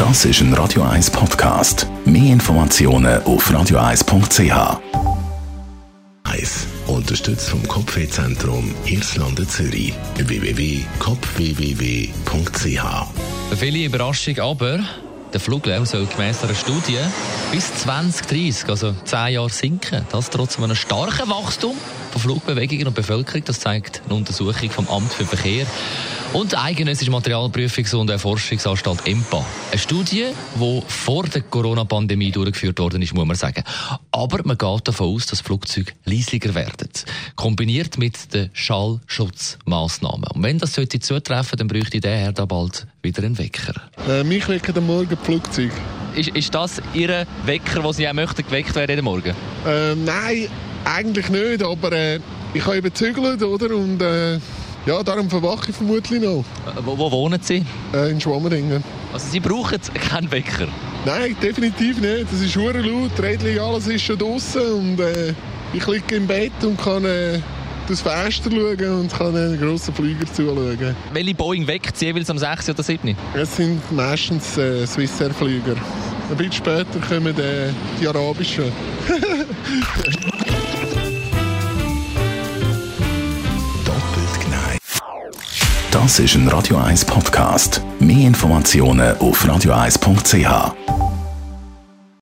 Das ist ein Radio 1 Podcast. Mehr Informationen auf radio1.ch. Unterstützt vom Kopfwehzentrum Irlande Zürich. www.kopfwww.ch. Eine viele Überraschung, aber der Fluglärm soll gemäss einer Studie bis 2030, also 10 Jahre, sinken. Das trotz einem starken Wachstum von Flugbewegungen und Bevölkerung. Das zeigt eine Untersuchung vom Amt für Verkehr und der Eidgenössische Materialprüfungs- und Forschungsanstalt EMPA. Eine Studie, die vor der Corona-Pandemie durchgeführt worden ist, muss man sagen. Aber man geht davon aus, dass Flugzeuge leisiger werden. Kombiniert mit den Schallschutzmaßnahmen. Und wenn das sollte zutreffen, dann bräuchte der Herr da bald wieder einen Wecker. Mich wecken am Morgen die Flugzeuge. Ist das Ihr Wecker, den Sie auch möchten, geweckt werden jeden Morgen? Nein, eigentlich nicht, aber ich habe eben gezügelt, oder? Und darum verwache ich vermutlich noch. Wo wohnen Sie? In Schwammeringen. Also Sie brauchen keinen Wecker? Nein, definitiv nicht. Es ist verdammt laut, Rädchen, alles ist schon draussen und ich liege im Bett und kann durchs Fenster schauen und kann einen grossen Flieger zuschauen. Welche Boeing weckt Sie jeweils um 6 oder 7? Es sind meistens Swissair-Flieger. Ein bisschen später kommen die arabischen. Das ist ein Radio 1 Podcast. Mehr Informationen auf radio1.ch.